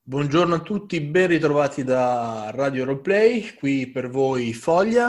Buongiorno a tutti, ben ritrovati da Radio Roleplay, qui per voi Foglia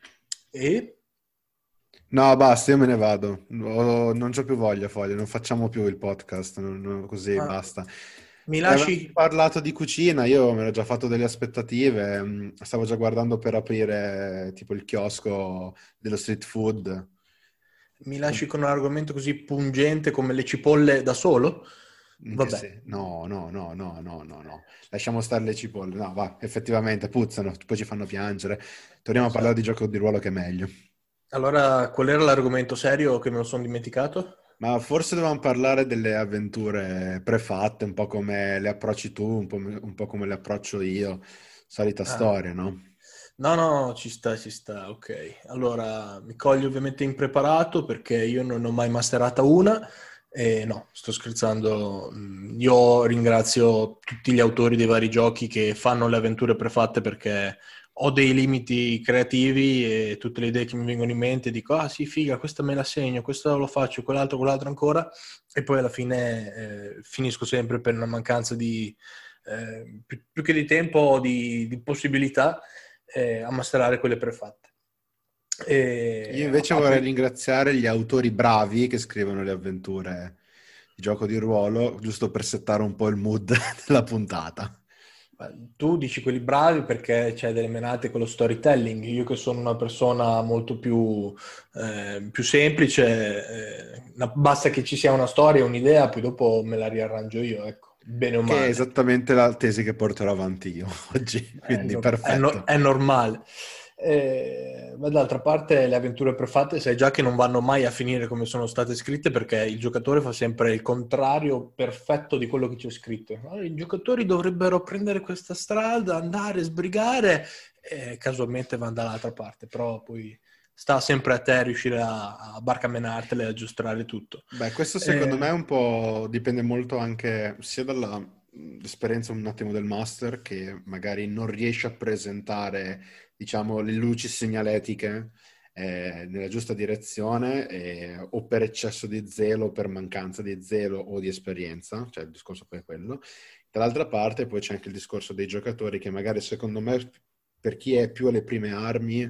e No, basta, io me ne vado. Non c'ho più voglia, Foglia, non facciamo più il podcast, così ah, basta. mi Avevamo lasci, parlato di cucina, io me l'ho già fatto delle aspettative, stavo già guardando per aprire tipo il chiosco dello street food. mi lasci con un argomento così pungente come le cipolle da solo? In che Vabbè, se... No, no, no, no, no, no, no. Lasciamo stare le cipolle. No, va, effettivamente puzzano, poi ci fanno piangere. Torniamo a parlare di esatto. gioco di ruolo che è meglio. Allora, qual era l'argomento serio che me lo sono dimenticato? Ma forse dovevamo parlare delle avventure prefatte, un po' come le approcci tu, un po' come le approccio io. Solita Ah, storia, no? no, no, ci sta, ok. Allora, mi cogli ovviamente impreparato perché io non ho mai masterata una. E no, sto scherzando. Io ringrazio tutti gli autori dei vari giochi che fanno le avventure prefatte perché ho dei limiti creativi e tutte le idee che mi vengono in mente dico, ah sì, figa, questa me la segno, questo lo faccio, quell'altro ancora. E poi alla fine finisco sempre per una mancanza di, più che di tempo, o di possibilità a masterare quelle prefatte. Io A invece vorrei parte, ringraziare gli autori bravi che scrivono le avventure di gioco di ruolo, giusto per settare un po' il mood della puntata. tu dici quelli bravi perché c'è delle menate con lo storytelling. Io che sono una persona molto più semplice, basta che ci sia una storia, un'idea, poi dopo me la riarrangio io, ecco, bene o Che è male. esattamente la tesi che porterò avanti io oggi, quindi perfetto. È normale. Ma d'altra parte le avventure prefatte sai già che non vanno mai a finire come sono state scritte perché il giocatore fa sempre il contrario perfetto di quello che c'è scritto. Allora, i giocatori dovrebbero prendere questa strada, andare, sbrigare e casualmente vanno dall'altra parte, però poi sta sempre a te riuscire a barcamenartele e aggiustare tutto. Beh, questo secondo me Eh, un po' dipende molto anche sia dall'esperienza un attimo del master che magari non riesce a presentare, diciamo, le luci segnaletiche nella giusta direzione o per eccesso di zelo, o per mancanza di zelo o di esperienza, cioè il discorso poi è quello. Dall'altra parte poi c'è anche il discorso dei giocatori che magari secondo me per chi è più alle prime armi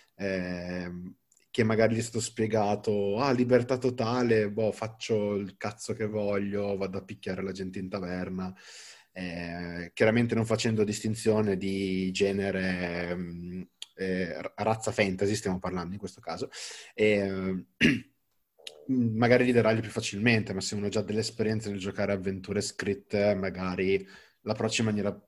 che magari gli è stato spiegato, libertà totale, boh, faccio il cazzo che voglio, vado a picchiare la gente in taverna, chiaramente non facendo distinzione di genere, razza fantasy, stiamo parlando in questo caso, e, magari gli daragli più facilmente, ma se uno ha già delle esperienze nel giocare avventure scritte, magari l'approccio in maniera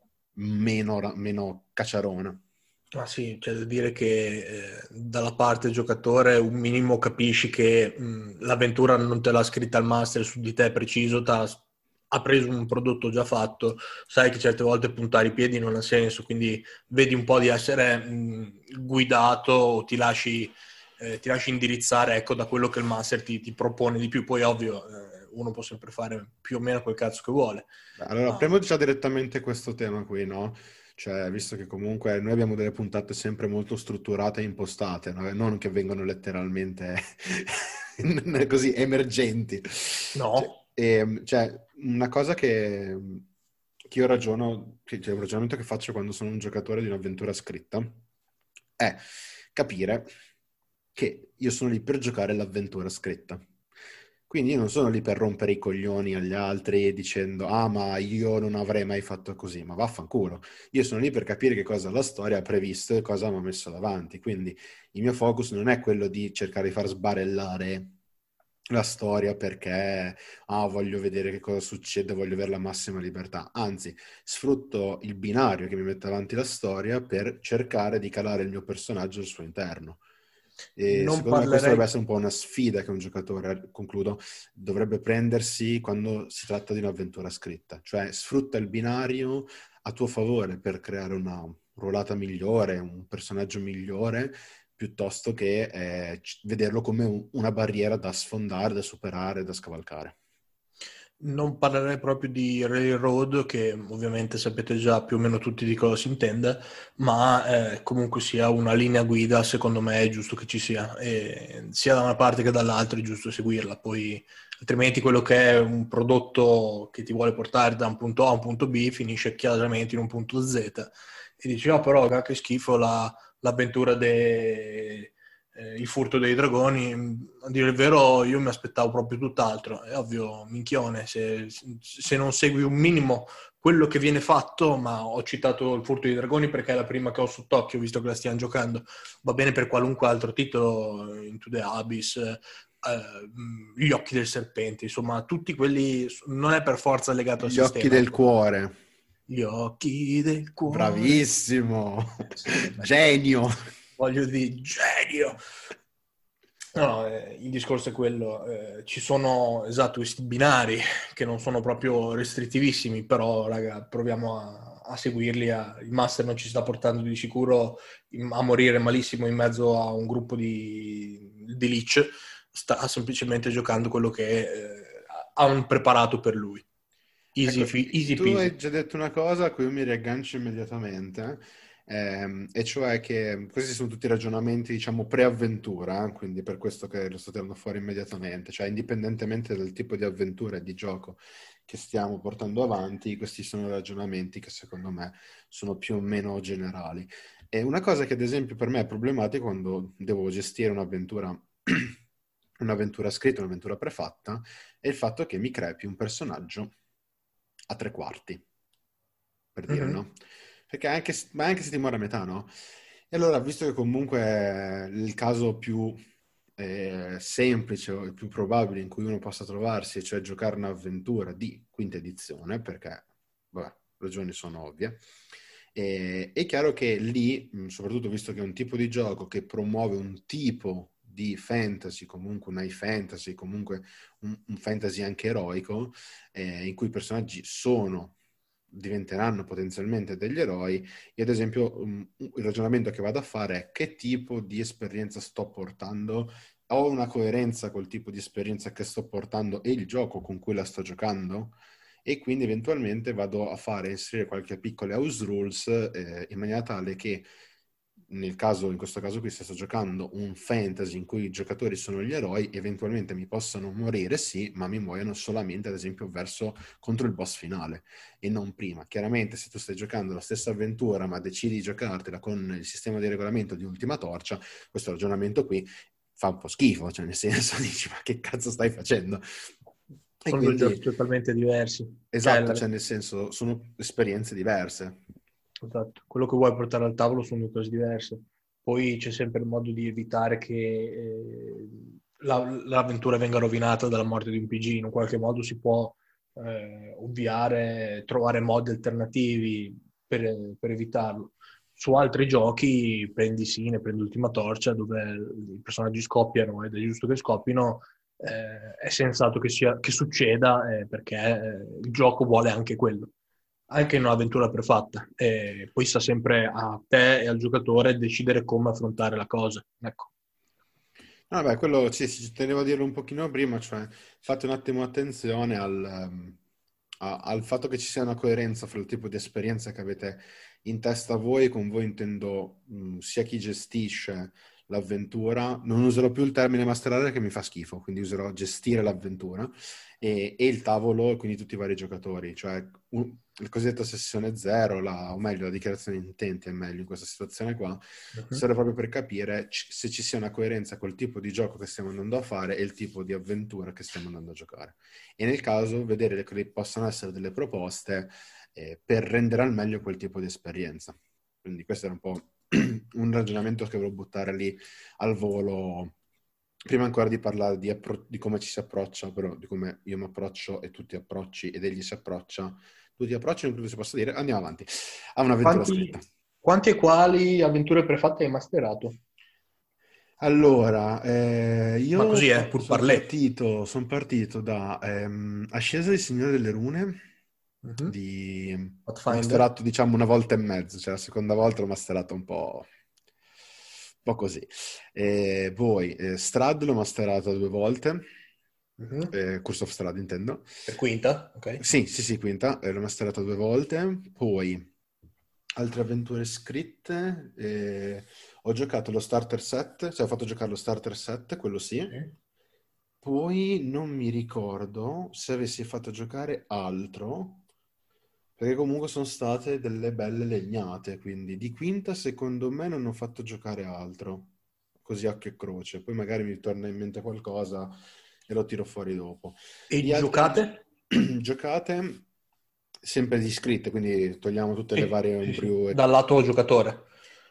meno cacciarona. Ah sì, c'è da dire che dalla parte del giocatore un minimo capisci che l'avventura non te l'ha scritta il master su di te preciso, ha preso un prodotto già fatto, sai che certe volte puntare i piedi non ha senso, quindi vedi un po' di essere guidato o ti lasci indirizzare ecco, da quello che il master ti propone di più. Poi ovvio, uno può sempre fare più o meno quel cazzo che vuole. Beh, allora, Ma apriamo già direttamente questo tema qui, no? Cioè, visto che comunque noi abbiamo delle puntate sempre molto strutturate e impostate, no? Non che vengono letteralmente così emergenti. Cioè, no. cioè, una cosa che io ragiono, cioè, un ragionamento che faccio quando sono un giocatore di un'avventura scritta, è capire che io sono lì per giocare l'avventura scritta. Quindi io non sono lì per rompere i coglioni agli altri dicendo ma io non avrei mai fatto così, ma vaffanculo. Io sono lì per capire che cosa la storia ha previsto e cosa mi ha messo davanti. Quindi il mio focus non è quello di cercare di far sbarellare la storia perché voglio vedere che cosa succede, voglio avere la massima libertà. Anzi, sfrutto il binario che mi mette avanti la storia per cercare di calare il mio personaggio al suo interno. E Non secondo me questa dovrebbe parlerei. essere un po' una sfida che un giocatore, concludo, dovrebbe prendersi quando si tratta di un'avventura scritta. Cioè, sfrutta il binario a tuo favore per creare una ruolata migliore, un personaggio migliore, piuttosto che vederlo come una barriera da sfondare, da superare, da scavalcare. Non parlerei proprio di Railroad, che ovviamente sapete già più o meno tutti di cosa si intende, ma comunque sia una linea guida, secondo me è giusto che ci sia, e sia da una parte che dall'altra è giusto seguirla, poi altrimenti quello che è un prodotto che ti vuole portare da un punto A a un punto B finisce chiaramente in un punto Z e dici, oh però che schifo l'avventura il furto dei dragoni, a dire il vero io mi aspettavo proprio tutt'altro, è ovvio, minchione, se non segui un minimo quello che viene fatto, ma ho citato il furto dei dragoni perché è la prima che ho sott'occhio, visto che la stiamo giocando, va bene per qualunque altro titolo, Into the Abyss, gli occhi del serpente, insomma, tutti quelli, non è per forza legato al Gli occhi sistema, del ecco. cuore. Gli occhi del cuore. Bravissimo. Ecco, Genio. voglio dire, genio! No, il discorso è quello, ci sono, esatto, questi binari che non sono proprio restrittivissimi, però, raga, proviamo a seguirli, il master non ci sta portando di sicuro a morire malissimo in mezzo a un gruppo di leech, sta semplicemente giocando quello che hanno preparato per lui. Easy, Ecco, easy tu peasy. hai già detto una cosa a cui io mi riaggancio immediatamente, e cioè che questi sono tutti ragionamenti, diciamo, pre-avventura, quindi per questo che lo sto tirando fuori immediatamente, cioè indipendentemente dal tipo di avventura e di gioco che stiamo portando avanti, questi sono ragionamenti che secondo me sono più o meno generali. E una cosa che ad esempio per me è problematica quando devo gestire un'avventura, un'avventura scritta, un'avventura prefatta, è il fatto che mi crepi un personaggio a tre quarti, per dire, Mhm. no? Perché ma anche se ti muore a metà, no? E allora, visto che comunque è il caso più semplice o il più probabile in cui uno possa trovarsi, cioè giocare un'avventura di quinta edizione, perché, vabbè, ragioni sono ovvie, è chiaro che lì, soprattutto visto che è un tipo di gioco che promuove un tipo di fantasy, comunque un high fantasy, comunque un fantasy anche eroico, in cui i personaggi diventeranno potenzialmente degli eroi. Io, ad esempio, il ragionamento che vado a fare è che tipo di esperienza sto portando? Ho una coerenza col tipo di esperienza che sto portando e il gioco con cui la sto giocando? E quindi eventualmente vado a inserire qualche piccole house rules in maniera tale che in questo caso qui, se sto giocando un fantasy in cui i giocatori sono gli eroi, eventualmente mi possano morire, sì, ma mi muoiono solamente, ad esempio, contro il boss finale e non prima. Chiaramente, se tu stai giocando la stessa avventura, ma decidi di giocartela con il sistema di regolamento di Ultima Torcia, questo ragionamento qui fa un po' schifo, cioè nel senso dici, ma che cazzo stai facendo? E Sono due giochi quindi, totalmente diversi. Cioè, esatto, cioè nel senso, sono esperienze diverse. esatto. Quello che vuoi portare al tavolo sono due cose diverse. Poi c'è sempre il modo di evitare che l'avventura venga rovinata dalla morte di un PG. In un qualche modo si può ovviare, trovare modi alternativi per evitarlo. Su altri giochi prendi Sine, prendi Ultima Torcia, dove i personaggi scoppiano ed è giusto che scoppino, è sensato che succeda perché il gioco vuole anche quello anche in un'avventura prefatta. E poi sta sempre a te e al giocatore decidere come affrontare la cosa. Ecco. Vabbè, quello sì, ci tenevo a dirlo un pochino prima, cioè fate un attimo attenzione al fatto che ci sia una coerenza fra il tipo di esperienza che avete in testa voi, con voi intendo sia chi gestisce l'avventura, non userò più il termine masterare che mi fa schifo, quindi userò gestire l'avventura, e il tavolo, e quindi tutti i vari giocatori, cioè il cosiddetto sessione zero, o meglio la dichiarazione di intenti è meglio in questa situazione qua, Mhm. serve proprio per capire se ci sia una coerenza col tipo di gioco che stiamo andando a fare e il tipo di avventura che stiamo andando a giocare. E nel caso vedere che possano essere delle proposte per rendere al meglio quel tipo di esperienza. Quindi questo era un po' un ragionamento che volevo buttare lì al volo, prima ancora di parlare di come ci si approccia, però di come io mi approccio e tu ti approcci ed egli si approccia. Tu ti approcci, non credo si possa dire. Andiamo avanti. A un'avventura scritta. Quanti e quali avventure prefatte hai masterato? Allora, Ma io così è, pur parlé. son partito da Ascesa del Signore delle Rune, Mhm. l'ho Pathfinder. masterato diciamo una volta e mezzo, cioè la seconda volta l'ho masterato un po' così. E poi Strad l'ho masterato due volte, Mhm. Curse of Strahd intendo. Per quinta, ok. Sì, sì, sì, quinta, l'ho masterata 2 volte. Poi altre avventure scritte, ho giocato lo starter set, cioè ho fatto giocare lo starter set, quello sì. Sì. Poi non mi ricordo se avessi fatto giocare altro, perché comunque sono state delle belle legnate, quindi di quinta secondo me non ho fatto giocare altro, così a occhio e croce. Poi magari mi torna in mente qualcosa e lo tiro fuori dopo. E Di altre giocate? giocate, sempre di scritte, quindi togliamo tutte le Sì, varie sì, sì. homebrew. Dal lato giocatore.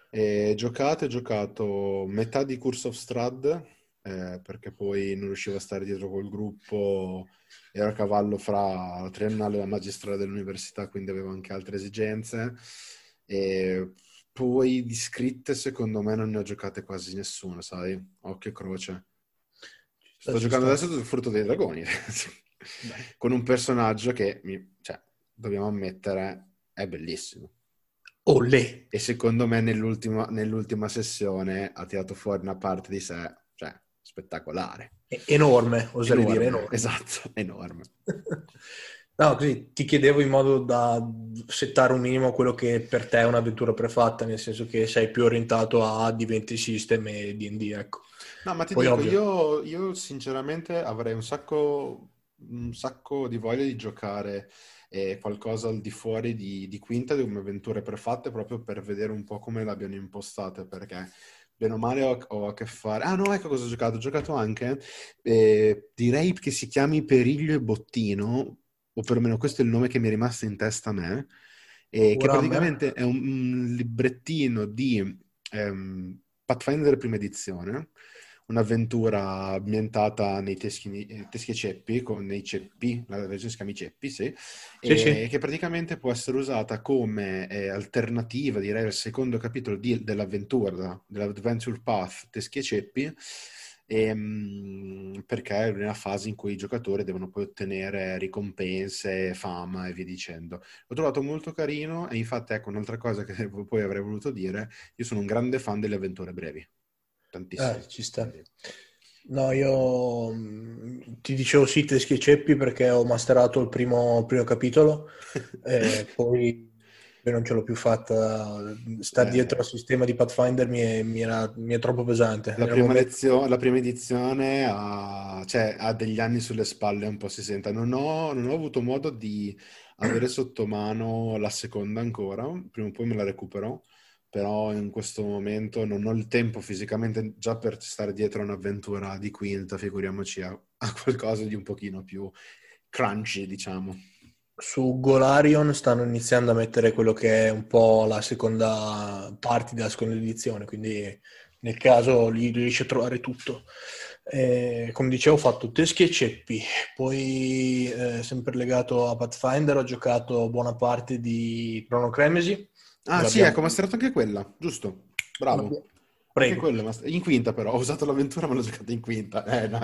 Ho giocato metà di Curse of Strahd, perché poi non riuscivo a stare dietro col gruppo, ero a cavallo fra la triennale e la magistrale dell'università, quindi avevo anche altre esigenze. E poi di scritte, secondo me, non ne ho giocate quasi nessuno, sai? Occhio e croce. Ci sta, Sto ci giocando sta. adesso sul Frutto dei Dragoni, Beh. con un personaggio che, cioè, dobbiamo ammettere, è bellissimo. Olè. E secondo me nell'ultima sessione ha tirato fuori una parte di sé, cioè, spettacolare. Enorme, oserei dire, Enorme, enorme. esatto, enorme. No, così ti chiedevo in modo da settare un minimo quello che per te è un'avventura prefatta, nel senso che sei più orientato a Diventi System e D&D, ecco. No, ma ti Poi dico, ovvio. io sinceramente avrei un sacco di voglia di giocare qualcosa al di fuori di Quinta, di come avventure prefatte, proprio per vedere un po' come l'abbiano impostate, perché bene o male ho a che fare. Ah no, ecco cosa ho giocato. Ho giocato anche, direi che si chiami Periglio e Bottino, o perlomeno questo è il nome che mi è rimasto in testa a me, che Warhammer? praticamente è un librettino di Pathfinder prima edizione, un'avventura ambientata nei teschi e ceppi, nei ceppi, la versione si chiama i ceppi, sì, Sì, e sì. che praticamente può essere usata come alternativa, direi, al secondo capitolo dell'avventura, dell'Adventure Path Teschi e Ceppi, perché è una fase in cui i giocatori devono poi ottenere ricompense, fama e via dicendo. L'ho trovato molto carino e infatti ecco un'altra cosa che poi avrei voluto dire, io sono un grande fan delle avventure brevi, tantissimo. Ci sta. Quindi, No, io ti dicevo sì, teschi e ceppi perché ho masterato il primo capitolo, poi non ce l'ho più fatta. Star dietro eh, al sistema di Pathfinder mi è troppo pesante. la Nel prima, momento... la prima edizione cioè, ha degli anni sulle spalle, un po' si sente. Non ho avuto modo di avere sotto mano la seconda ancora, prima o poi me la recupero, però in questo momento non ho il tempo fisicamente già per stare dietro a un'avventura di quinta, figuriamoci a qualcosa di un pochino più crunchy, diciamo. Su Golarion stanno iniziando a mettere quello che è un po' la seconda parte della seconda edizione, quindi nel caso lì riesci a trovare tutto. Come dicevo, ho fatto Teschi e Ceppi, poi sempre legato a Pathfinder ho giocato buona parte di Chrono Cremisi. Ah sì, ecco, masterato anche quella, giusto, bravo. Anche Prego. quella, in quinta però, ho usato l'avventura ma l'ho giocata in quinta. No,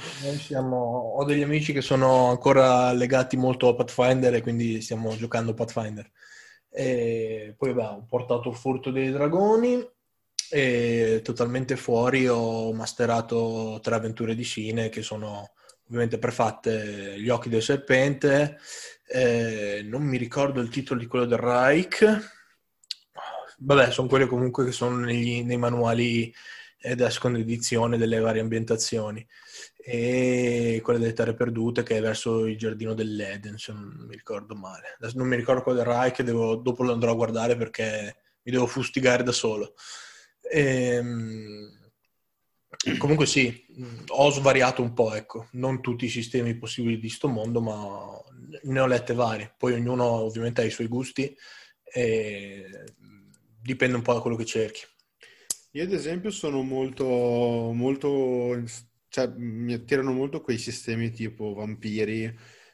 Ho degli amici che sono ancora legati molto a Pathfinder e quindi stiamo giocando Pathfinder. E poi vabbè, ho portato il Furto dei Dragoni e totalmente fuori ho masterato 3 avventure di Sine che sono ovviamente prefatte Gli Occhi del Serpente, non mi ricordo il titolo di quello del Reich. Vabbè, sono quelle comunque che sono nei manuali della seconda edizione delle varie ambientazioni e quella delle Terre Perdute che è verso il giardino dell'Eden, se non mi ricordo male. Adesso non mi ricordo quello del Reich, dopo lo andrò a guardare perché mi devo fustigare da solo. Ehm, Comunque sì, ho svariato un po', ecco, non tutti i sistemi possibili di sto mondo, ma ne ho lette varie. Poi ognuno ovviamente ha i suoi gusti e dipende un po' da quello che cerchi. Io ad esempio sono molto, molto, cioè mi attirano molto quei sistemi tipo vampiri,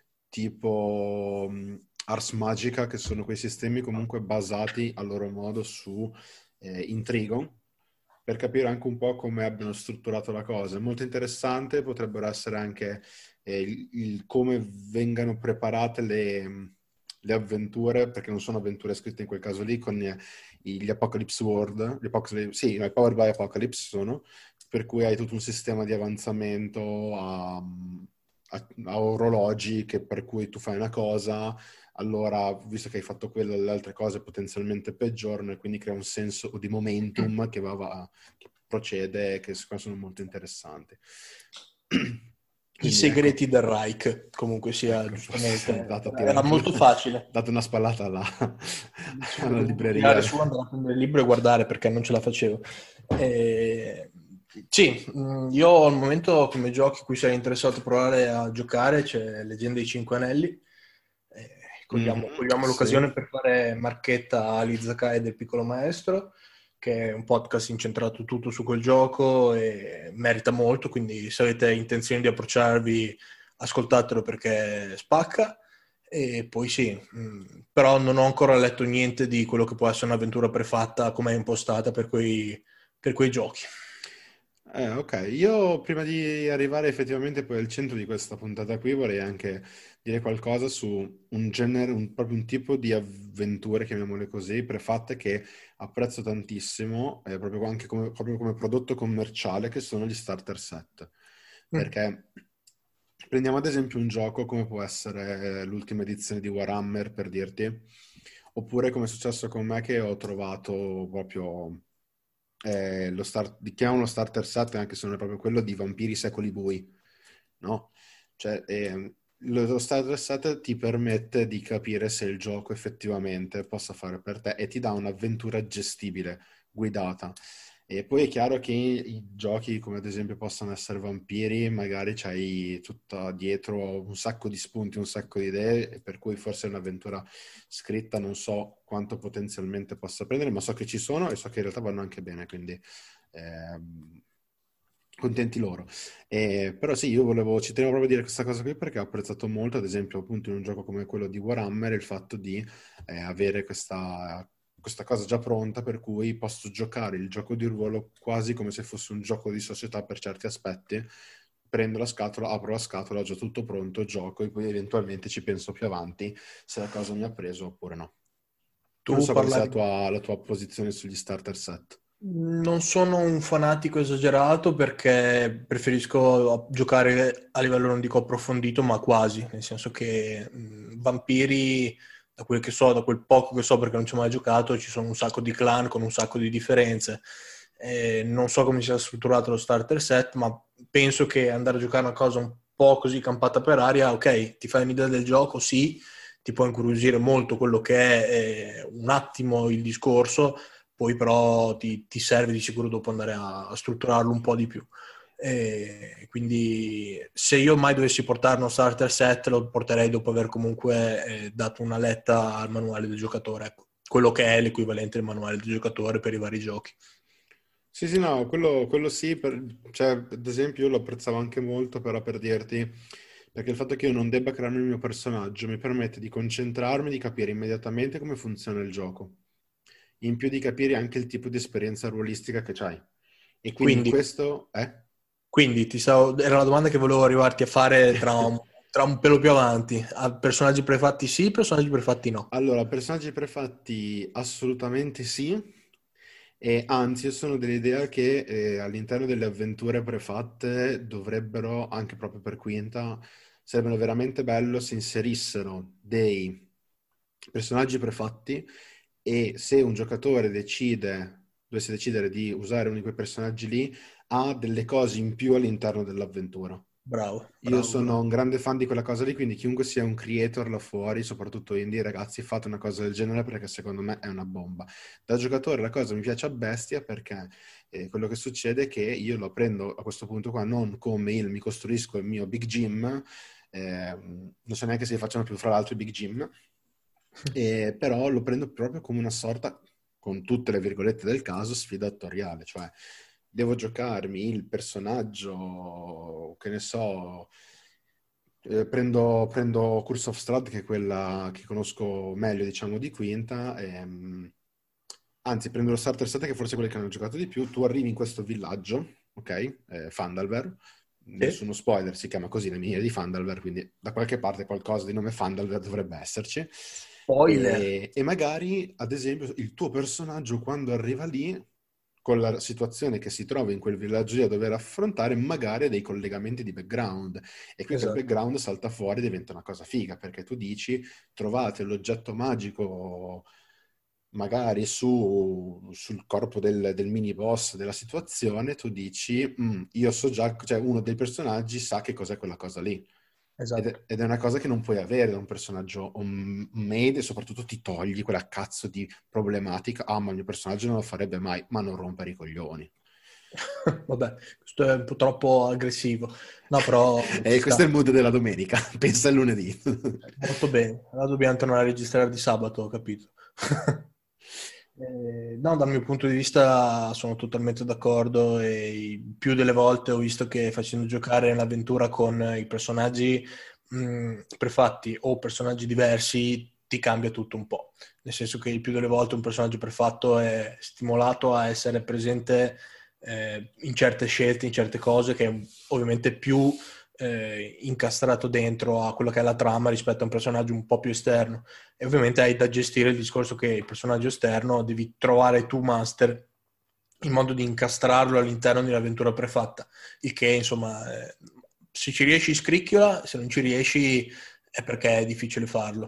tipo Ars Magica, che sono quei sistemi comunque basati a loro modo su intrigo, per capire anche un po' come abbiano strutturato la cosa. È molto interessante, potrebbero essere anche come vengano preparate le avventure, perché non sono avventure scritte in quel caso lì, con gli Apocalypse World, sì, no, i Powered by Apocalypse sono, per cui hai tutto un sistema di avanzamento a orologi che per cui tu fai una cosa, allora visto che hai fatto quello, le altre cose potenzialmente peggiorano e quindi crea un senso di momentum che procede, che secondo me sono molto interessanti. I Quindi ecco, segreti del Reich, comunque sia, ecco, giustamente. Era tirare, molto facile. dato una spallata Ci alla dovevo tirare libreria. su, andare a prendere il libro e guardare perché non ce la facevo. Eh, sì, io al momento come giochi cui sarei interessato a provare a giocare c'è Leggenda dei Cinque Anelli. Cogliamo Sì. l'occasione per fare marchetta a Ali Zakai del Piccolo Maestro, che è un podcast incentrato tutto su quel gioco e merita molto, quindi se avete intenzione di approcciarvi, ascoltatelo perché spacca. E poi sì, però non ho ancora letto niente di quello che può essere un'avventura prefatta come è impostata per quei giochi. Ok, io prima di arrivare effettivamente poi al centro di questa puntata qui vorrei anche dire qualcosa su un genere, proprio un tipo di avventure, chiamiamole così, prefatte che apprezzo tantissimo, proprio come prodotto commerciale, che sono gli starter set. Mm. Perché prendiamo ad esempio un gioco come può essere l'ultima edizione di Warhammer, per dirti, oppure come è successo con me che ho trovato proprio chiamano starter set anche se non è proprio quello di Vampiri Secoli Bui, no? Cioè, lo starter set ti permette di capire se il gioco effettivamente possa fare per te e ti dà un'avventura gestibile, guidata. E poi è chiaro che i giochi, come ad esempio possono essere Vampiri, magari c'hai tutta dietro un sacco di spunti, un sacco di idee, e per cui forse un'avventura scritta non so quanto potenzialmente possa prendere, ma so che ci sono e so che in realtà vanno anche bene, quindi ehm, contenti loro. Però sì, ci tenevo proprio a dire questa cosa qui perché ho apprezzato molto, ad esempio, appunto in un gioco come quello di Warhammer, il fatto di avere questa cosa già pronta per cui posso giocare il gioco di ruolo quasi come se fosse un gioco di società per certi aspetti. Prendo la scatola, apro la scatola, ho già tutto pronto, gioco e poi eventualmente ci penso più avanti se la cosa mi ha preso oppure no. Non Tu so quale sia parlavi. la tua posizione sugli starter set. Non sono un fanatico esagerato perché preferisco giocare a livello non dico approfondito, ma quasi, nel senso che vampiri, da quel che so, da quel poco che so perché non ci ho mai giocato, ci sono un sacco di clan con un sacco di differenze. Non so come sia strutturato lo starter set, ma penso che andare a giocare una cosa un po' così campata per aria, ok, ti fai un'idea del gioco, sì, ti può incuriosire molto quello che è un attimo il discorso, poi però ti serve di sicuro dopo andare a strutturarlo un po' di più. Quindi se io mai dovessi portare uno starter set lo porterei dopo aver comunque dato una letta al manuale del giocatore, ecco. Quello che è l'equivalente del manuale del giocatore per i vari giochi. Sì, sì, no, quello sì, cioè, ad esempio io lo apprezzavo anche molto, però per dirti, perché il fatto che io non debba crearmi il mio personaggio mi permette di concentrarmi, di capire immediatamente come funziona il gioco, in più di capire anche il tipo di esperienza ruolistica che c'hai. E quindi Quindi, questo è... quindi era la domanda che volevo arrivarti a fare tra un pelo più avanti. A personaggi prefatti sì, personaggi prefatti no. Allora, personaggi prefatti assolutamente sì, e anzi io sono dell'idea che all'interno delle avventure prefatte dovrebbero, anche proprio per quinta, sarebbero veramente bello se inserissero dei personaggi prefatti e se un giocatore dovesse decidere di usare uno di quei personaggi lì, ha delle cose in più all'interno dell'avventura. Bravo, Io bravo, sono bravo. un grande fan di quella cosa lì, quindi chiunque sia un creator là fuori, soprattutto indie, ragazzi, fate una cosa del genere perché secondo me è una bomba. Da giocatore la cosa mi piace a bestia perché quello che succede è che io lo prendo a questo punto qua non come mi costruisco il mio big gym, non so neanche se li facciano più fra l'altro i big gym, però lo prendo proprio come una sorta, con tutte le virgolette del caso, sfida attoriale, cioè devo giocarmi il personaggio, che ne so, prendo Curse of Strahd, che è quella che conosco meglio, diciamo, di quinta, anzi prendo lo starter set, che forse è quello che hanno giocato di più, tu arrivi in questo villaggio, ok? Fandalver, Sì? nessuno spoiler, si chiama così le miniere di Fandalver, quindi da qualche parte qualcosa di nome Fandalver dovrebbe esserci. Spoiler. E magari, ad esempio, il tuo personaggio quando arriva lì con la situazione che si trova in quel villaggio lì a dover affrontare, magari ha dei collegamenti di background. E qui quel Esatto. background salta fuori e diventa una cosa figa, perché tu dici, trovate l'oggetto magico magari sul corpo del mini boss della situazione, tu dici, io so già, cioè uno dei personaggi sa che cos'è quella cosa lì. Ed Esatto. ed è una cosa che non puoi avere da un personaggio made, e soprattutto ti togli quella cazzo di problematica. Ah, ma il mio personaggio non lo farebbe mai, ma non rompere i coglioni. Vabbè, questo è un po' troppo aggressivo. No, però ci E questo è sta. il mood della domenica, pensa al lunedì. Molto bene. Allora dobbiamo tornare a registrare di sabato, ho capito. No, dal mio punto di vista sono totalmente d'accordo e più delle volte ho visto che facendo giocare nell'avventura con i personaggi prefatti o personaggi diversi ti cambia tutto un po'. Nel senso che il più delle volte un personaggio prefatto è stimolato a essere presente in certe scelte, in certe cose che è ovviamente più incastrato dentro a quello che è la trama rispetto a un personaggio un po' più esterno. E ovviamente hai da gestire il discorso che il personaggio esterno devi trovare tu master in modo di incastrarlo all'interno di un'avventura prefatta, il che insomma se ci riesci scricchiola, se non ci riesci è perché è difficile farlo.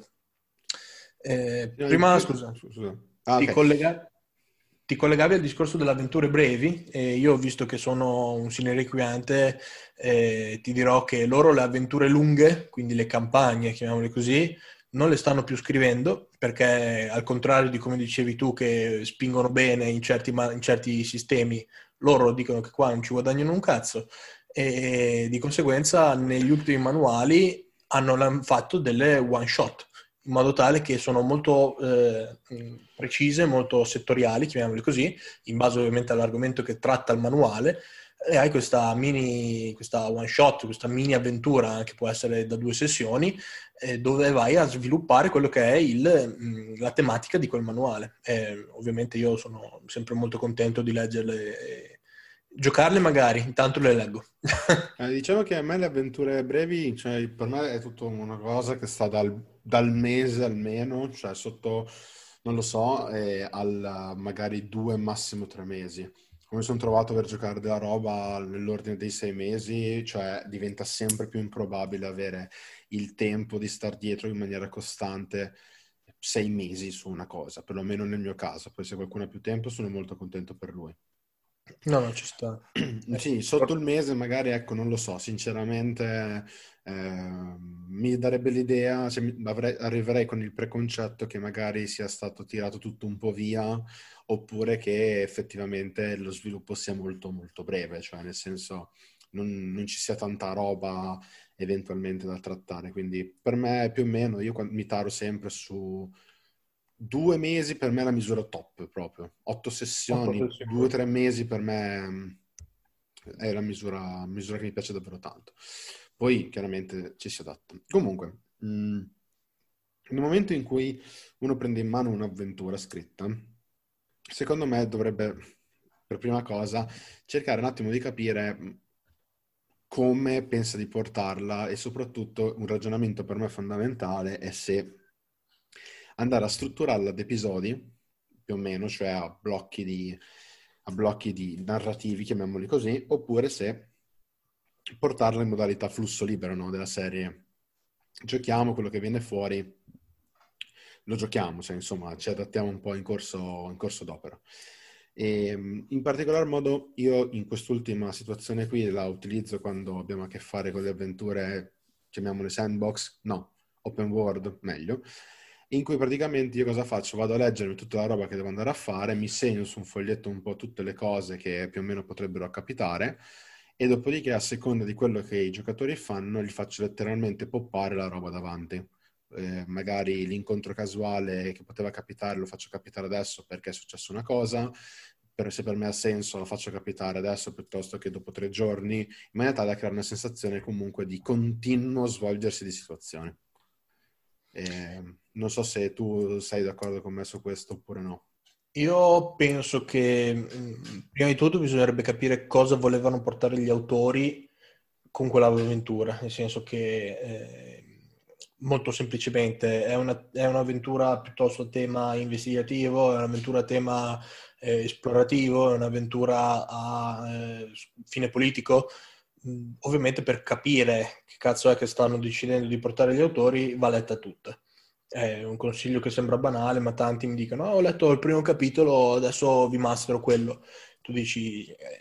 No, Prima, scusa, scusa. Ah, ti ok. collega- ti collegavi al discorso delle avventure brevi e io, visto che sono un cinerequiante, ti dirò che loro le avventure lunghe, quindi le campagne, chiamiamole così, non le stanno più scrivendo perché, al contrario di come dicevi tu, che spingono bene in certi sistemi, loro dicono che qua non ci guadagnano un cazzo e di conseguenza negli ultimi manuali hanno fatto delle one shot in modo tale che sono molto precise, molto settoriali, chiamiamole così, in base ovviamente all'argomento che tratta il manuale, e hai questa one shot, questa mini avventura, che può essere da 2 sessioni, dove vai a sviluppare quello che è la tematica di quel manuale. Ovviamente io sono sempre molto contento di leggerle, giocarle magari, intanto le leggo. Diciamo che a me le avventure brevi, cioè, per me è tutta una cosa che sta dal mese almeno, cioè sotto, non lo so, al magari 2, massimo 3 mesi. Come sono trovato per giocare della roba nell'ordine dei 6 mesi, cioè diventa sempre più improbabile avere il tempo di star dietro in maniera costante 6 mesi su una cosa, perlomeno nel mio caso. Poi se qualcuno ha più tempo sono molto contento per lui. No, no, ci sta. Sì, sotto il mese magari, ecco, non lo so, sinceramente mi darebbe l'idea, cioè, arriverei con il preconcetto che magari sia stato tirato tutto un po' via, oppure che effettivamente lo sviluppo sia molto molto breve, cioè nel senso non ci sia tanta roba eventualmente da trattare. Quindi per me più o meno, io mi taro sempre su 2 mesi, per me è la misura top proprio. 8 sessioni, 2 o 3 mesi per me è la misura che mi piace davvero tanto. Poi chiaramente ci si adatta. Comunque, nel momento in cui uno prende in mano un'avventura scritta, secondo me dovrebbe, per prima cosa, cercare un attimo di capire come pensa di portarla, e soprattutto un ragionamento per me fondamentale è se andare a strutturarla ad episodi, più o meno, cioè a blocchi di narrativi, chiamiamoli così, oppure se portarla in modalità flusso libero, no? Della serie. Giochiamo, quello che viene fuori lo giochiamo, cioè insomma ci adattiamo un po' in corso d'opera. E in particolar modo io in quest'ultima situazione qui la utilizzo quando abbiamo a che fare con le avventure, chiamiamole sandbox, no, open world, meglio, in cui praticamente io cosa faccio? Vado a leggermi tutta la roba che devo andare a fare, mi segno su un foglietto un po' tutte le cose che più o meno potrebbero capitare, e dopodiché a seconda di quello che i giocatori fanno gli faccio letteralmente poppare la roba davanti. Magari l'incontro casuale che poteva capitare lo faccio capitare adesso perché è successa una cosa, se per me ha senso lo faccio capitare adesso piuttosto che dopo 3 giorni, in maniera tale da creare una sensazione comunque di continuo svolgersi di situazioni. Non so se tu sei d'accordo con me su questo oppure no. Io penso che prima di tutto bisognerebbe capire cosa volevano portare gli autori con quell'avventura, nel senso che molto semplicemente è un'avventura piuttosto a tema investigativo, è un'avventura a tema esplorativo, è un'avventura a fine politico, ovviamente per capire che cazzo è che stanno decidendo di portare gli autori va letta tutta. È un consiglio che sembra banale, ma tanti mi dicono: "Oh, ho letto il primo capitolo, adesso vi mastero quello." Tu dici,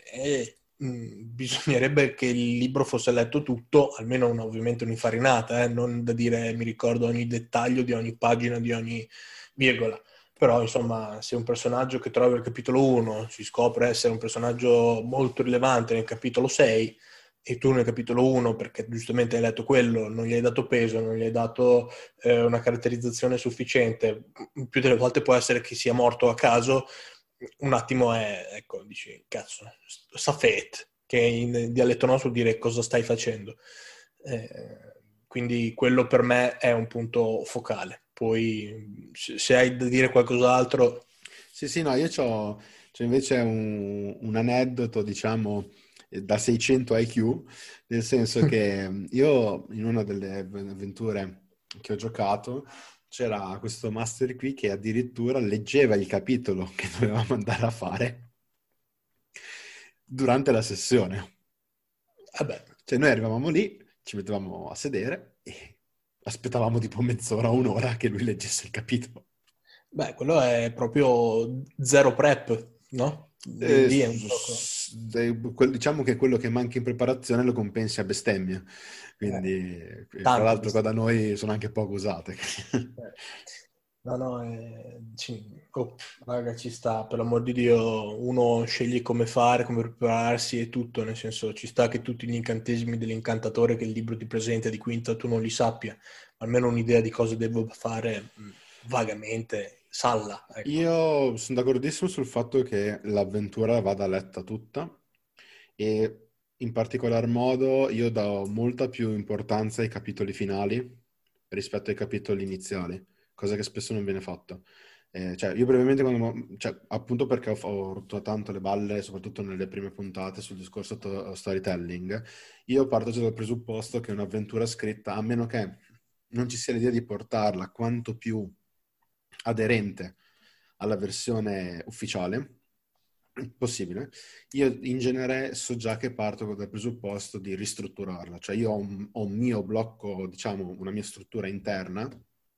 bisognerebbe che il libro fosse letto tutto, almeno ovviamente un'infarinata, non da dire mi ricordo ogni dettaglio di ogni pagina, di ogni virgola. Però, insomma, se un personaggio che trovi al capitolo 1 si scopre essere un personaggio molto rilevante nel capitolo 6, e tu nel capitolo 1, perché giustamente hai letto quello, non gli hai dato peso, non gli hai dato una caratterizzazione sufficiente, più delle volte può essere che sia morto a caso, un attimo ecco, dici, cazzo, safet, che in dialetto nostro vuol dire cosa stai facendo. Quindi quello per me è un punto focale. Poi se hai da dire qualcos'altro... Sì, sì, no, io c'ho invece un aneddoto, diciamo, da 600 IQ, nel senso che io in una delle avventure che ho giocato c'era questo master qui che addirittura leggeva il capitolo che dovevamo andare a fare durante la sessione. Vabbè, Cioè noi arrivavamo lì, ci mettevamo a sedere e aspettavamo tipo mezz'ora o un'ora che lui leggesse il capitolo. beh, quello è proprio zero prep, no? D&D è un gioco... Diciamo che quello che manca in preparazione lo compensi a bestemmia, quindi fra Tante l'altro qua da bestemmie. noi sono anche poco usate. Eh. No, no, oh, raga, ci sta, per l'amor di Dio, uno sceglie come fare, come prepararsi e tutto, nel senso ci sta che tutti gli incantesimi dell'incantatore che il libro ti presenta di quinta tu non li sappia, almeno un'idea di cosa devo fare vagamente, salla, ecco. Io sono d'accordissimo sul fatto che l'avventura vada letta tutta e in particolar modo io do molta più importanza ai capitoli finali rispetto ai capitoli iniziali, cosa che spesso non viene fatta. Cioè, io brevemente, cioè, appunto perché ho rotto tanto le balle, soprattutto nelle prime puntate, sul discorso storytelling, io parto già dal presupposto che un'avventura scritta, a meno che non ci sia l'idea di portarla quanto più aderente alla versione ufficiale possibile, io in genere so già che parto dal presupposto di ristrutturarla, cioè io ho un mio blocco, diciamo, una mia struttura interna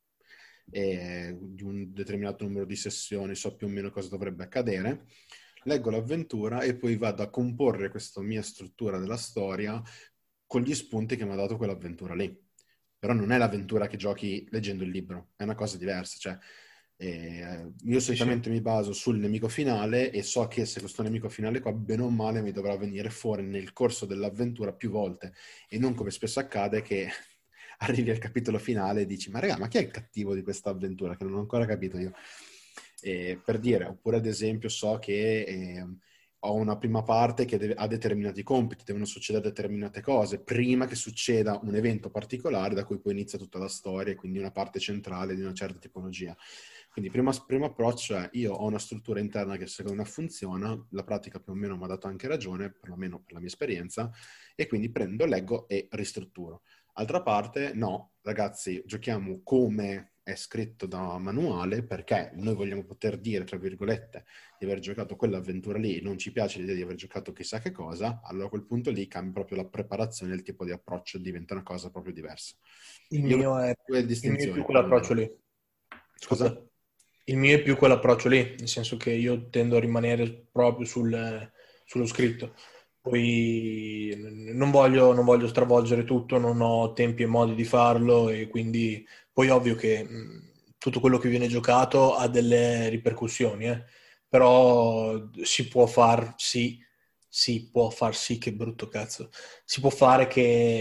di un determinato numero di sessioni, so più o meno cosa dovrebbe accadere, leggo l'avventura e poi vado a comporre questa mia struttura della storia con gli spunti che mi ha dato quell'avventura lì. Però non è l'avventura che giochi leggendo il libro, è una cosa diversa, cioè io Sì, sì. solitamente mi baso sul nemico finale e so che se questo nemico finale qua, bene o male, mi dovrà venire fuori nel corso dell'avventura più volte e non come spesso accade che arrivi al capitolo finale e dici ma raga, ma chi è il cattivo di questa avventura che non ho ancora capito io? Per dire, oppure ad esempio so che ho una prima parte che ha determinati compiti, devono succedere determinate cose prima che succeda un evento particolare da cui poi inizia tutta la storia e quindi una parte centrale di una certa tipologia. Quindi primo approccio è io ho una struttura interna che secondo me funziona, la pratica più o meno mi ha dato anche ragione, perlomeno per la mia esperienza, e quindi prendo, leggo e ristrutturo. Altra parte, no, ragazzi, giochiamo come è scritto da manuale perché noi vogliamo poter dire, tra virgolette, di aver giocato quell'avventura lì e non ci piace l'idea di aver giocato chissà che cosa, allora a quel punto lì cambia proprio la preparazione, il tipo di approccio diventa una cosa proprio diversa. Il Io mio è, due il mio è più distinzioni quell'approccio perlomeno. lì. Scusa? Scusa. Il mio è più quell'approccio lì, nel senso che io tendo a rimanere proprio sullo scritto. Poi non voglio stravolgere tutto, non ho tempi e modi di farlo e quindi poi ovvio che tutto quello che viene giocato ha delle ripercussioni, però si può far sì, che brutto cazzo, si può fare che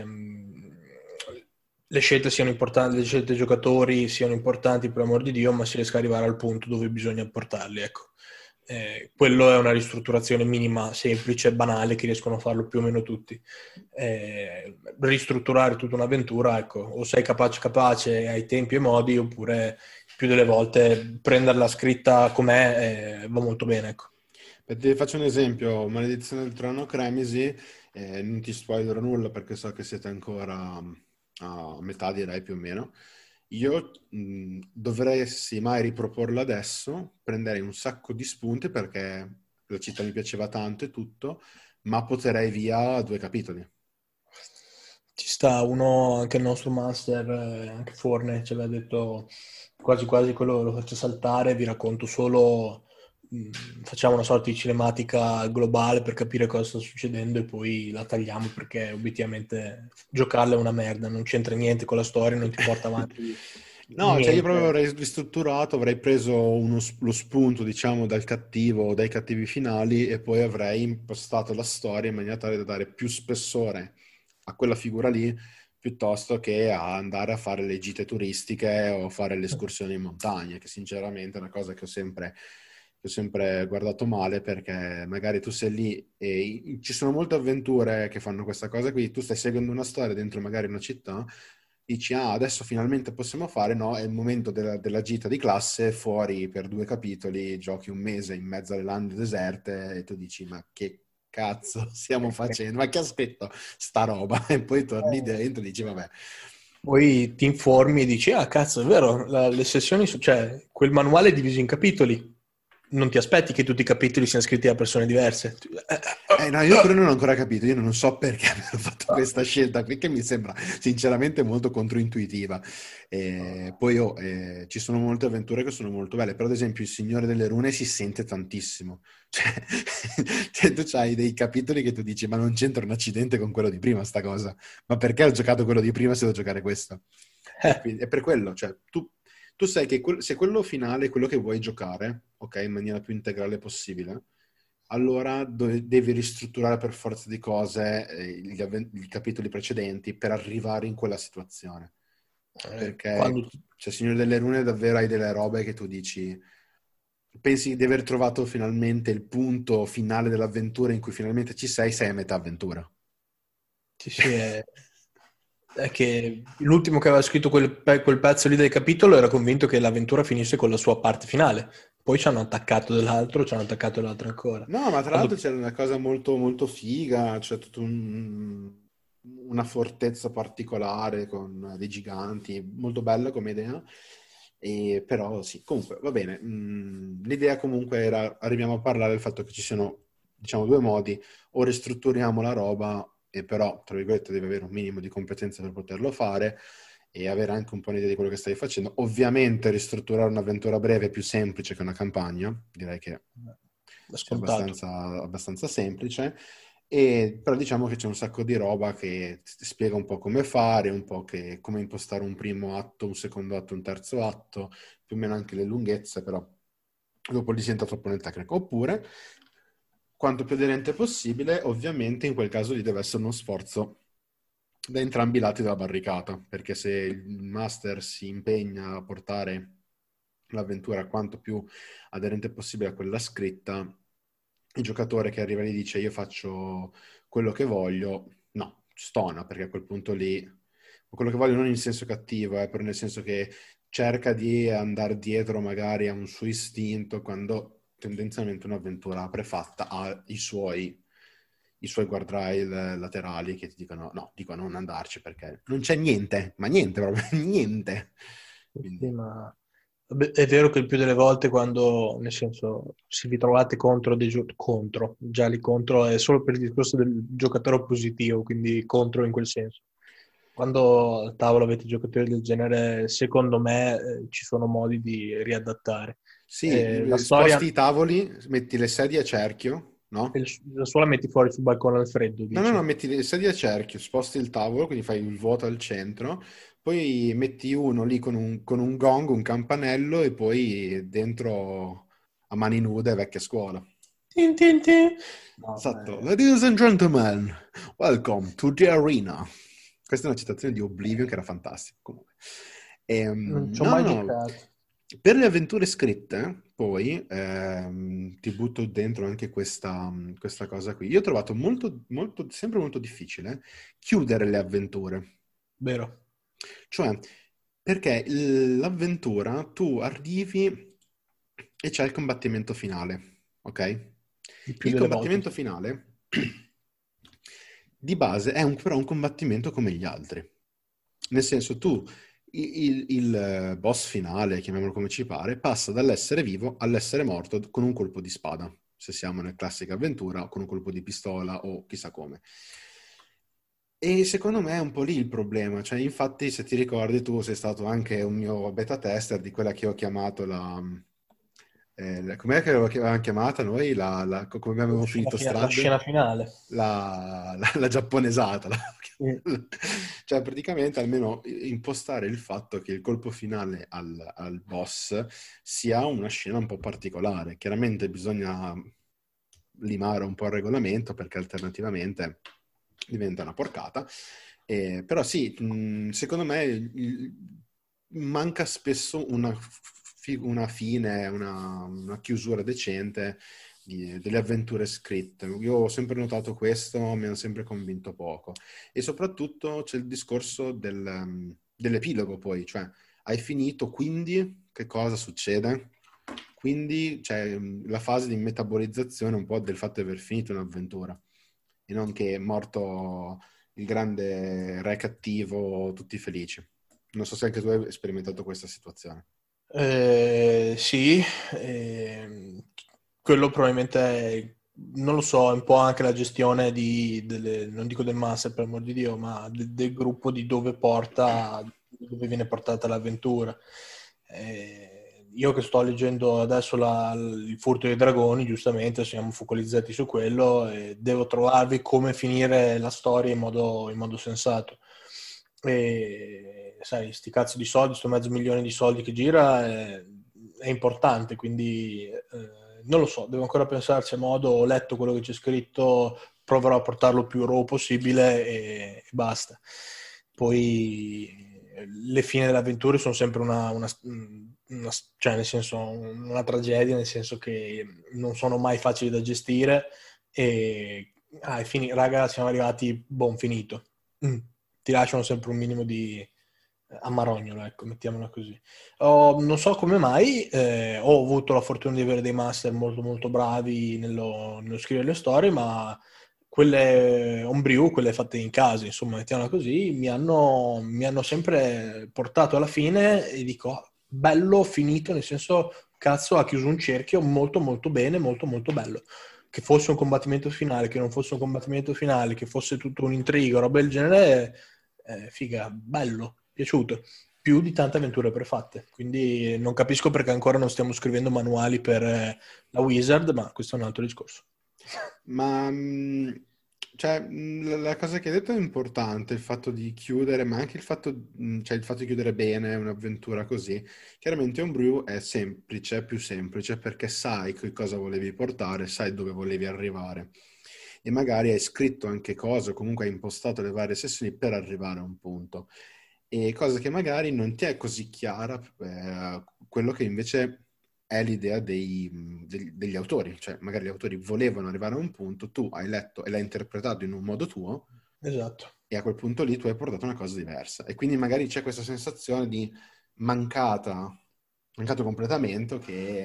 le scelte siano importanti, le scelte dei giocatori siano importanti per l'amor di Dio, ma si riesca ad arrivare al punto dove bisogna portarli, ecco. Quello è una ristrutturazione minima, semplice, banale, che riescono a farlo più o meno tutti. Ristrutturare tutta un'avventura, ecco, o sei capace ai tempi e modi, oppure più delle volte prenderla scritta com'è va molto bene, ecco. Ti faccio un esempio, Maledizione del Trono Cremisi, non ti spoilerò nulla perché so che siete ancora a metà, direi più o meno. Io dovresti mai riproporlo adesso, prenderei un sacco di spunti perché la città mi piaceva tanto e tutto, ma poterei via 2 capitoli. Ci sta uno, anche il nostro master, anche Forne, ci aveva detto quasi quasi quello lo faccio saltare, vi racconto solo, facciamo una sorta di cinematica globale per capire cosa sta succedendo e poi la tagliamo perché obiettivamente giocarla è una merda, non c'entra niente con la storia, non ti porta avanti No, cioè io proprio niente. avrei ristrutturato, avrei preso lo spunto, diciamo, dal cattivo o dai cattivi finali e poi avrei impostato la storia in maniera tale da dare più spessore a quella figura lì, piuttosto che a andare a fare le gite turistiche o fare le escursioni in montagna, che sinceramente è una cosa che ho sempre guardato male perché magari tu sei lì e ci sono molte avventure che fanno questa cosa qui, tu stai seguendo una storia dentro magari una città, dici adesso finalmente possiamo fare, no, è il momento della gita di classe, fuori per 2 capitoli, giochi un mese in mezzo alle lande deserte e tu dici ma che cazzo stiamo facendo? Ma che aspetto sta roba? E poi torni dentro e dici vabbè. Poi ti informi e dici, ah cazzo, è vero, le sessioni, cioè quel manuale è diviso in capitoli. Non ti aspetti che tutti i capitoli siano scritti da persone diverse. No, io quello non ho ancora capito, io non so perché abbiano fatto questa scelta qui che mi sembra sinceramente molto controintuitiva. Poi ci sono molte avventure che sono molto belle, però ad esempio il Signore delle Rune si sente tantissimo. Cioè, tu c'hai dei capitoli che tu dici ma non c'entra un accidente con quello di prima sta cosa, ma perché ho giocato quello di prima se devo giocare questo? E quindi è per quello, cioè tu sai che se quello finale è quello che vuoi giocare, ok, in maniera più integrale possibile, allora devi ristrutturare per forza di cose i capitoli precedenti per arrivare in quella situazione. Perché, Quando, cioè, Signore delle Rune, davvero hai delle robe che tu dici, pensi di aver trovato finalmente il punto finale dell'avventura in cui finalmente ci sei a metà avventura. sì, sì, è che l'ultimo che aveva scritto quel pezzo lì del capitolo era convinto che l'avventura finisse con la sua parte finale. Poi ci hanno attaccato dell'altro, ci hanno attaccato dell'altro ancora. No, ma tra l'altro Quando- c'è una cosa molto, molto figa, c'è tutta una fortezza particolare con dei giganti, molto bella come idea, però sì, comunque va bene. L'idea comunque era, arriviamo a parlare del fatto che ci siano, diciamo, 2 modi, o ristrutturiamo la roba, e però, tra virgolette, devi avere un minimo di competenza per poterlo fare, e avere anche un po' un'idea di quello che stai facendo. Ovviamente ristrutturare un'avventura breve è più semplice che una campagna, direi che è sia scontato. abbastanza semplice, però diciamo che c'è un sacco di roba che ti spiega un po' come fare, un po' come impostare un primo atto, un secondo atto, un terzo atto, più o meno anche le lunghezze, però dopo lì si entra troppo nel tecnico. Oppure, quanto più aderente possibile, ovviamente in quel caso lì deve essere uno sforzo da entrambi i lati della barricata, perché se il master si impegna a portare l'avventura quanto più aderente possibile a quella scritta, il giocatore che arriva lì e dice io faccio quello che voglio, no, stona, perché a quel punto lì, quello che voglio non in senso cattivo, però nel senso che cerca di andare dietro magari a un suo istinto quando tendenzialmente un'avventura prefatta ha i suoi guardrail laterali che ti dicono no, dicono non andarci perché non c'è niente, ma niente proprio, niente. Sì, Quindi ma vabbè, è vero che il più delle volte quando, nel senso, se vi trovate contro contro, già lì contro è solo per il discorso del giocatore oppositivo, quindi contro in quel senso. Quando a tavola avete giocatori del genere, secondo me ci sono modi di riadattare. La sì, sposti storia, i tavoli, metti le sedie a cerchio, no? da sola metti fuori sul balcone al freddo, No, no, no, dici. metti le sedie a cerchio, sposti il tavolo, quindi fai il vuoto al centro, poi metti uno lì con un gong, un campanello e poi dentro a mani nude vecchia scuola. Tin, tin, tin. No, Esatto. Ladies and gentlemen, welcome to the arena. Questa è una citazione di Oblivion che era fantastica. Comunque. non ci ho No, no, mai no. giocato. Per le avventure scritte, poi ti butto dentro anche questa cosa qui. Io ho trovato sempre molto difficile chiudere le avventure. Vero? Cioè, perché l'avventura tu arrivi e c'è il combattimento finale, ok? Il più Il delle volte. combattimento finale di base è però un combattimento come gli altri. Nel senso, tu Il boss finale, chiamiamolo come ci pare, passa dall'essere vivo all'essere morto con un colpo di spada, se siamo nella classica avventura, o con un colpo di pistola o chissà come. E secondo me è un po' lì il problema, cioè infatti se ti ricordi tu sei stato anche un mio beta tester di quella che ho chiamato com'è che l'avevamo chiamata noi? Come abbiamo finito La scena Strand? finale. La giapponesata. Mm. Cioè praticamente almeno impostare il fatto che il colpo finale al boss sia una scena un po' particolare. Chiaramente bisogna limare un po' il regolamento perché alternativamente diventa una porcata. Però sì, secondo me manca spesso una fine, una chiusura decente delle avventure scritte. Io ho sempre notato questo, mi hanno sempre convinto poco. E soprattutto c'è il discorso dell'epilogo poi, cioè hai finito, quindi che cosa succede? Quindi c'è la fase di metabolizzazione un po' del fatto di aver finito un'avventura e non che è morto il grande re cattivo, tutti felici. Non so se anche tu hai sperimentato questa situazione. Sì, quello probabilmente non lo so, è un po' anche la gestione non dico del master per amor di Dio, ma del gruppo di dove viene portata l'avventura. Io che sto leggendo adesso il Furto dei Dragoni, giustamente siamo focalizzati su quello e devo trovarvi come finire la storia in modo sensato. E sai, sti cazzo di soldi, sto mezzo milione di soldi che gira è importante, quindi non lo so, devo ancora pensarci a modo, ho letto quello che c'è scritto, proverò a portarlo più raw possibile e basta. Poi le fine delle avventure sono sempre cioè nel senso, una tragedia, nel senso che non sono mai facili da gestire e raga, siamo arrivati, buon finito. Ti lasciano sempre un minimo di amarognolo, ecco, mettiamola così. Non so come mai, ho avuto la fortuna di avere dei master molto molto bravi nello scrivere le storie, ma quelle homebrew, quelle fatte in casa, insomma, mettiamola così, mi hanno sempre portato alla fine e dico, "Ah, bello, finito, nel senso, cazzo, ha chiuso un cerchio molto molto bene, molto molto bello. Che fosse un combattimento finale, che non fosse un combattimento finale, che fosse tutto un intrigo, roba del genere, figa, bello, piaciuto. Più di tante avventure prefatte. Quindi non capisco perché ancora non stiamo scrivendo manuali per la Wizard, ma questo è un altro discorso. Ma cioè, la cosa che hai detto è importante, il fatto di chiudere, ma anche cioè, il fatto di chiudere bene un'avventura così. Chiaramente Homebrew è semplice, più semplice, perché sai che cosa volevi portare, sai dove volevi arrivare. E magari hai scritto anche cose, o comunque hai impostato le varie sessioni per arrivare a un punto. E cosa che magari non ti è così chiara, quello che invece è l'idea degli autori, cioè magari gli autori volevano arrivare a un punto, tu hai letto e l'hai interpretato in un modo tuo Esatto. e a quel punto lì tu hai portato una cosa diversa e quindi magari c'è questa sensazione di mancato completamento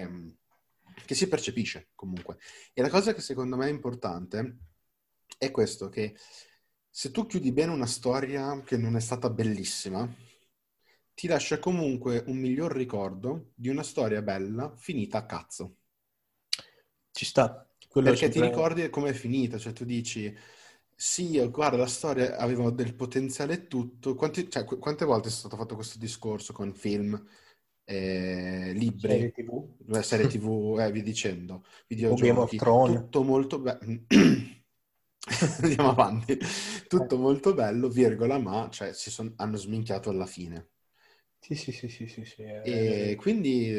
che si percepisce comunque. E la cosa che secondo me è importante è questo, che se tu chiudi bene una storia che non è stata bellissima, ti lascia comunque un miglior ricordo di una storia bella finita a cazzo. Ci sta. Quello è Perché ti sempre... ricordi come è finita, cioè tu dici, sì, guarda, la storia aveva del potenziale e tutto. Quante volte è stato fatto questo discorso con film, Serie libri, TV, serie TV, via dicendo, tipo Game of videogiochi, Thrones. tutto molto bello. Andiamo avanti. Tutto molto bello, virgola, ma cioè, hanno sminchiato alla fine. Sì, sì, sì, sì, sì, sì. E quindi,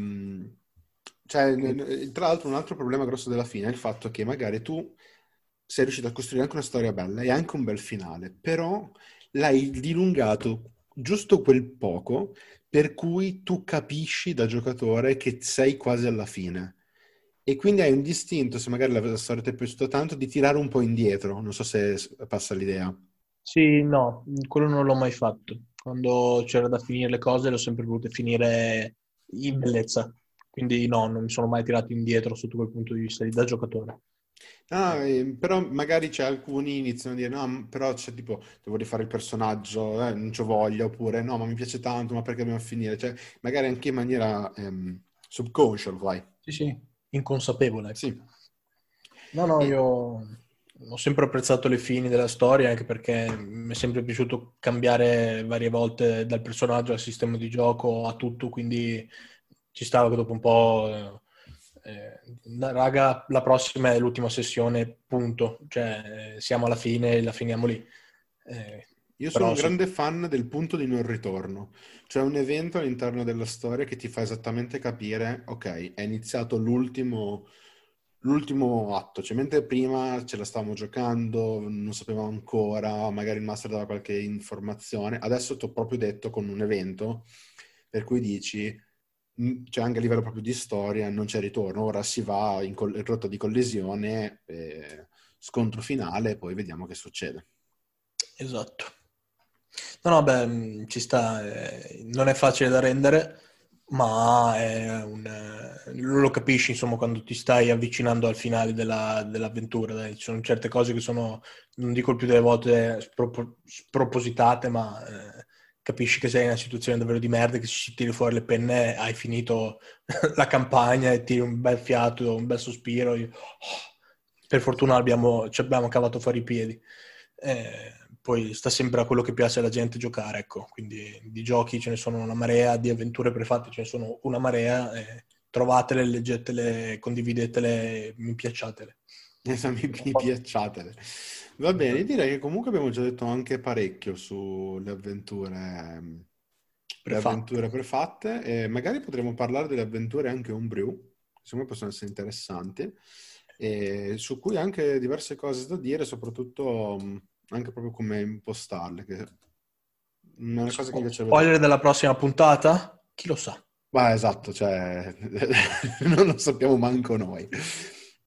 cioè, Che- tra l'altro, un altro problema grosso della fine è il fatto che magari tu sei riuscito a costruire anche una storia bella e anche un bel finale, però l'hai dilungato giusto quel poco per cui tu capisci da giocatore che sei quasi alla fine. E quindi hai un distinto, se magari la storia ti è piaciuta tanto, di tirare un po' indietro. Non so se passa l'idea. Sì, no, quello non l'ho mai fatto. Quando c'era da finire le cose, le ho sempre volute finire in bellezza. Quindi no, non mi sono mai tirato indietro sotto quel punto di vista da giocatore. Ah, però magari c'è alcuni iniziano a dire no, però c'è tipo, devo rifare il personaggio, non c'ho voglia, oppure no, ma mi piace tanto, ma perché dobbiamo finire? Cioè, magari anche in maniera subconscia lo fai. Sì, sì, inconsapevole, ecco. Sì. No, no, E- io ho sempre apprezzato le fini della storia, anche perché mi è sempre piaciuto cambiare varie volte dal personaggio al sistema di gioco a tutto, quindi ci stava che dopo un po', raga, la prossima è l'ultima sessione, punto. Cioè, siamo alla fine e la finiamo lì. Io sono Però un sì, grande fan del punto di non ritorno, cioè un evento all'interno della storia che ti fa esattamente capire, ok, è iniziato l'ultimo atto, cioè mentre prima ce la stavamo giocando, non sapevamo ancora, magari il master dava qualche informazione, adesso ti ho proprio detto con un evento per cui dici, cioè anche a livello proprio di storia non c'è ritorno, ora si va in rotta di collisione, scontro finale, poi vediamo che succede. esatto. No, no, beh, ci sta, non è facile da rendere, ma lo capisci, insomma, quando ti stai avvicinando al finale dell'avventura, dai. Ci sono certe cose che sono, non dico il più delle volte spropositate, ma capisci che sei in una situazione davvero di merda, che se ci tiri fuori le penne hai finito la campagna e tiri un bel fiato, un bel sospiro. Per fortuna ci abbiamo cavato fuori i piedi. Poi sta sempre a quello che piace alla gente giocare, ecco. Quindi di giochi ce ne sono una marea, di avventure prefatte ce ne sono una marea. Trovatele, leggetele, condividetele, mi piacciatele. Mi piacciate. Va bene, direi che comunque abbiamo già detto anche parecchio sulle le Prefatte. avventure prefatte e magari potremo parlare delle avventure anche homebrew, che secondo me possono essere interessanti, e su cui anche diverse cose da dire, soprattutto anche proprio come impostarle, che è una cosa che mi piacerebbe Spoiler della prossima puntata? Chi lo sa? Ma esatto, cioè non lo sappiamo manco noi.